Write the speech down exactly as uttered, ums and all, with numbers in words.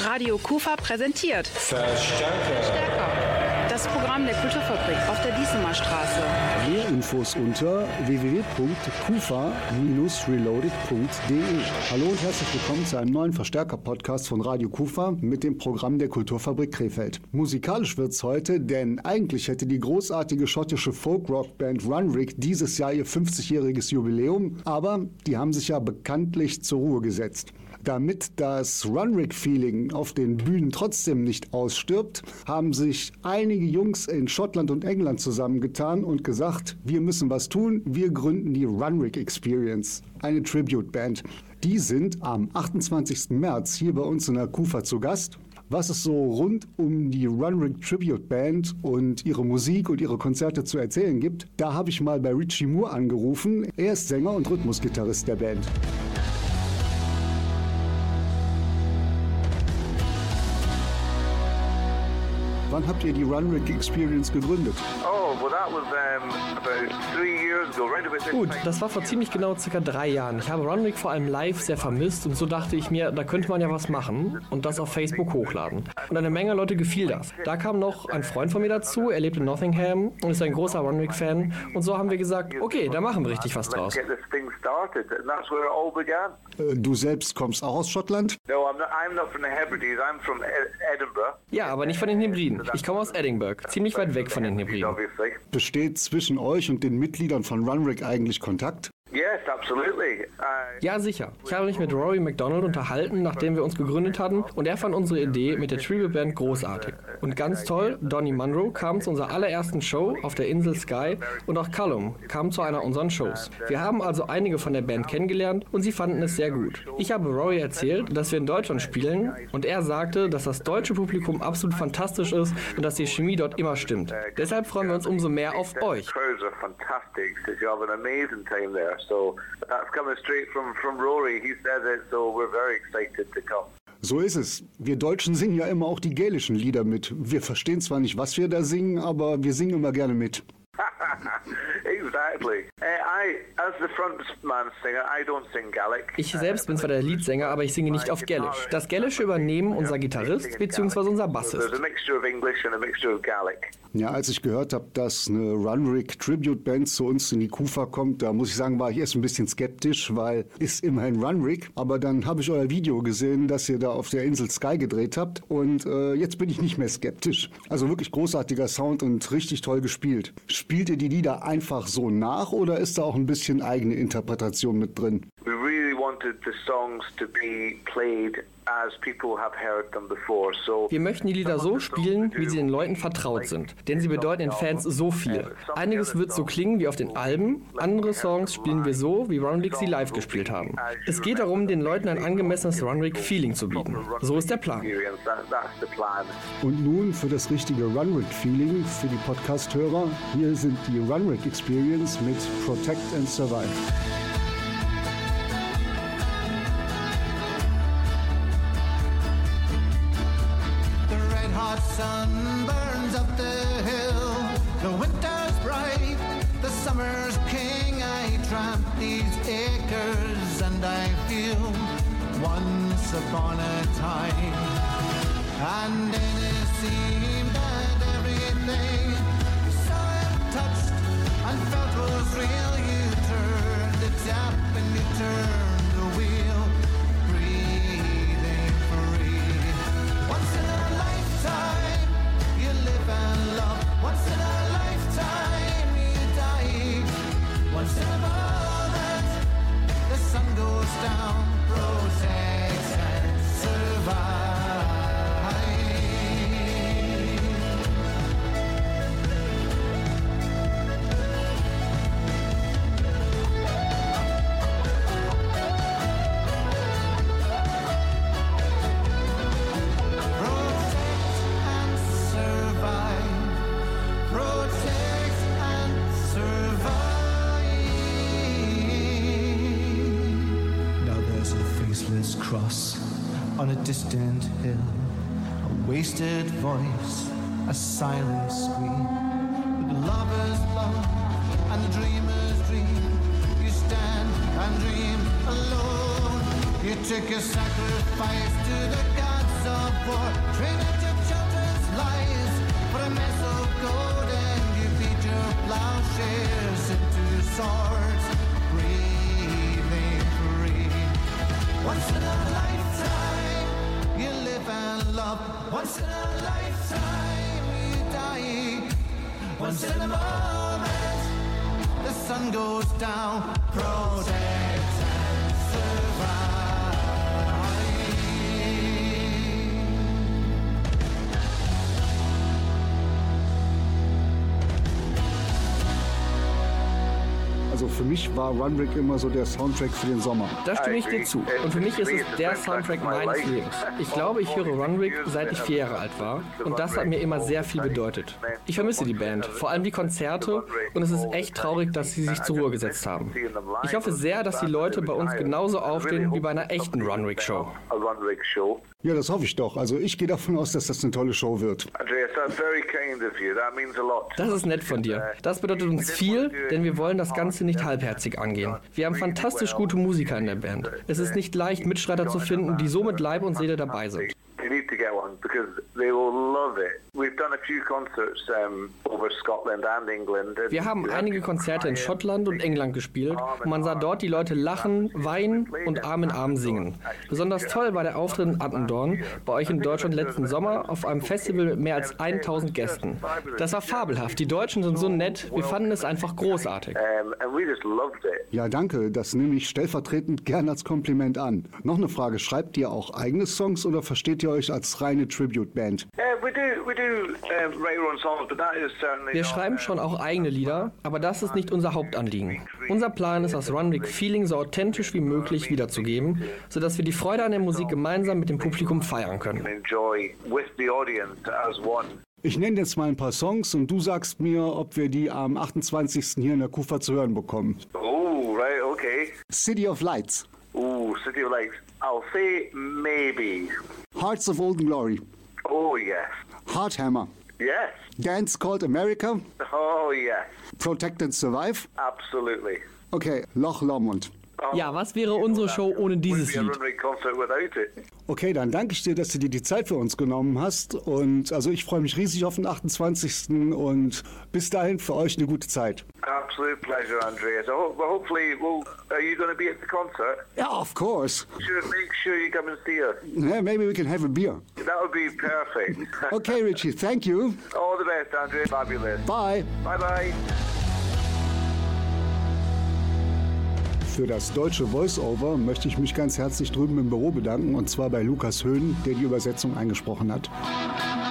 Radio Kufa präsentiert Verstärker. Stärker. Das Programm der Kulturfabrik auf der Diesemer Straße. Mehr Infos unter w w w punkt kufa dash reloaded punkt d e. Hallo und herzlich willkommen zu einem neuen Verstärker-Podcast von Radio Kufa mit dem Programm der Kulturfabrik Krefeld. Musikalisch wird's heute, denn eigentlich hätte die großartige schottische Folk-Rock-Band Runrig dieses Jahr ihr fünfzigjähriges Jubiläum, aber die haben sich ja bekanntlich zur Ruhe gesetzt. Damit das Runrig-Feeling auf den Bühnen trotzdem nicht ausstirbt, haben sich einige Jungs in Schottland und England zusammengetan und gesagt, wir müssen was tun, wir gründen die Runrig Experience, eine Tribute-Band. Die sind am achtundzwanzigsten März hier bei uns in der Kufa zu Gast. Was es so rund um die Runrig Tribute Band und ihre Musik und ihre Konzerte zu erzählen gibt, da habe ich mal bei Richie Moore angerufen. Er ist Sänger und Rhythmusgitarrist der Band. Wann habt ihr die Runrig Experience gegründet? Oh, well that was um, about three years ago, right about this Gut, time. das war vor ziemlich genau circa drei Jahren. Ich habe Runrig vor allem live sehr vermisst und so dachte ich mir, da könnte man ja was machen und das auf Facebook hochladen. Und eine Menge Leute gefiel das. Da kam noch ein Freund von mir dazu, er lebt in Nottingham und ist ein großer Runrig-Fan und so haben wir gesagt, okay, da machen wir richtig was draus. Let's get this thing started, and that's where it all began. Äh, du selbst kommst auch aus Schottland? No, I'm not, I'm not from the Hebrides, I'm from Ed- Edinburgh. Ja, aber nicht von den Hybriden. Ich komme aus Edinburgh, ziemlich weit weg von den Hybriden. Obviously. Besteht zwischen euch und den Mitgliedern von Runrig eigentlich Kontakt? Yes, absolutely. Uh, Ja, sicher. Ich habe mich mit Rory MacDonald unterhalten, nachdem wir uns gegründet hatten und er fand unsere Idee mit der Tribute-Band großartig. Und ganz toll, Donny Munro kam zu unserer allerersten Show auf der Insel Skye und auch Callum kam zu einer unserer Shows. Wir haben also einige von der Band kennengelernt und sie fanden es sehr gut. Ich habe Rory erzählt, dass wir in Deutschland spielen und er sagte, dass das deutsche Publikum absolut fantastisch ist und dass die Chemie dort immer stimmt. Deshalb freuen wir uns umso mehr auf euch. crowds are fantastic. So you have an amazing time there. So that's coming straight from, from Rory. He said it, so we're very excited to come. So ist es. Wir Deutschen singen ja immer auch die gälischen Lieder mit. Wir verstehen zwar nicht, was wir da singen, aber wir singen immer gerne mit. Exactly. Uh, I, as the frontman singer, I don't sing Gaelic. Ich selbst bin zwar der Leadsänger, aber ich singe nicht auf Gälisch. Das Gälische übernehmen unser Gitarrist bzw. unser Bassist. There's a mixture of English and a mixture of Gaelic. Ja, als ich gehört habe, dass eine Runrig Tribute Band zu uns in die Kufa kommt, da muss ich sagen, war ich erst ein bisschen skeptisch, weil ist immerhin Runrig. Aber dann habe ich euer Video gesehen, das ihr da auf der Insel Skye gedreht habt und äh, jetzt bin ich nicht mehr skeptisch. Also wirklich großartiger Sound und richtig toll gespielt. Spielt ihr die Lieder einfach so nach oder ist da auch ein bisschen eigene Interpretation mit drin? We really wanted the songs to be played as people have heard them before. So Wir möchten die Lieder so spielen, wie sie den Leuten vertraut sind, denn sie bedeuten den Fans so viel. Einiges wird so klingen wie auf den Alben, andere Songs spielen wir so, wie Runrig sie live gespielt haben. Es geht darum, den Leuten ein angemessenes Runrig-Feeling zu bieten. So ist der Plan. That, that's the plan. Und nun für das richtige Runrig-Feeling für die Podcast-Hörer. Hier sind die Runrig Experience mit Protect and Survive. The red hot sun burns up the hill. The winter's bright, the summer's king. I tramp these acres and I feel once upon a time. And then it seemed that everything you saw and touched and felt was real. You turned the tap and you turned the wheel, breathing free. Once in a lifetime, you live and love. Once in a lifetime, you die. Once in a moment, the sun goes down. Protect and survive. Cross on a distant hill, a wasted voice, a silent scream. The lover's love and the dreamer's dream. You stand and dream alone. You took a sacrifice to the gods of love. Once in a lifetime you die. Once in a moment the sun goes down. Protect and survive. Also für mich war Runrig immer so der Soundtrack für den Sommer. Da stimme ich dir zu. Und für mich ist es der Soundtrack meines Lebens. Ich glaube, ich höre Runrig, seit ich vier Jahre alt war. Und das hat mir immer sehr viel bedeutet. Ich vermisse die Band, vor allem die Konzerte. Und es ist echt traurig, dass sie sich zur Ruhe gesetzt haben. Ich hoffe sehr, dass die Leute bei uns genauso aufstehen wie bei einer echten Runrig-Show. Ja, das hoffe ich doch. Also ich gehe davon aus, dass das eine tolle Show wird. Das ist nett von dir. Das bedeutet uns viel, denn wir wollen das Ganze nicht halbherzig angehen. Wir haben fantastisch gute Musiker in der Band. Es ist nicht leicht, Mitstreiter zu finden, die so mit Leib und Seele dabei sind. You need to get one because they will love it. We've done a few concerts um, over Scotland and England. Wir haben einige Konzerte in Schottland und England gespielt und man sah dort die Leute lachen, weinen und Arm in Arm singen. Besonders toll war der Auftritt in Attendorn bei euch in Deutschland letzten Sommer auf einem Festival mit mehr als tausend Gästen. Das war fabelhaft. Die Deutschen sind so nett. Wir fanden es einfach großartig. Um, and we just loved it. Ja, danke. Das nehme ich stellvertretend gern als Kompliment an. Noch eine Frage. Schreibt ihr auch eigene Songs oder versteht ihr euch als reine Tribute-Band? Yeah, we do, we do um, write our own songs, but that is certainly Wir not, schreiben schon auch eigene Lieder, aber das ist nicht unser Hauptanliegen. Unser Plan ist, das Runrig-Feeling so authentisch wie möglich wiederzugeben, sodass wir die Freude an der Musik gemeinsam mit dem Publikum feiern können. enjoy with the audience as one. Ich nenne jetzt mal ein paar Songs und du sagst mir, ob wir die am achtundzwanzigsten hier in der Kufa zu hören bekommen. Oh, right, okay. City of Lights, Oh, City of Lights. I'll say maybe. Hearts of Old Glory, Oh, yes. Hearthammer, Yes. Dance Called America, Oh, yes. Protect and Survive. Absolutely. Okay, Loch Lomond. Ja, was wäre unsere Show ohne dieses Lied? Concert without it. Okay, dann danke ich dir, dass du dir die Zeit für uns genommen hast. Und also ich freue mich riesig auf den achtundzwanzigsten und bis dahin für euch eine gute Zeit. Absolute pleasure, Andreas. I hope, well, hopefully, well, are you going to be at the concert? Yeah, of course. Sure, make sure you come and see us. Yeah, maybe we can have a beer. That would be perfect. Okay, Richie, thank you. All the best, Andreas. Fabulous. Bye. Bye bye. Für das deutsche Voice-Over möchte ich mich ganz herzlich drüben im Büro bedanken, und zwar bei Lukas Höhn, der die Übersetzung eingesprochen hat.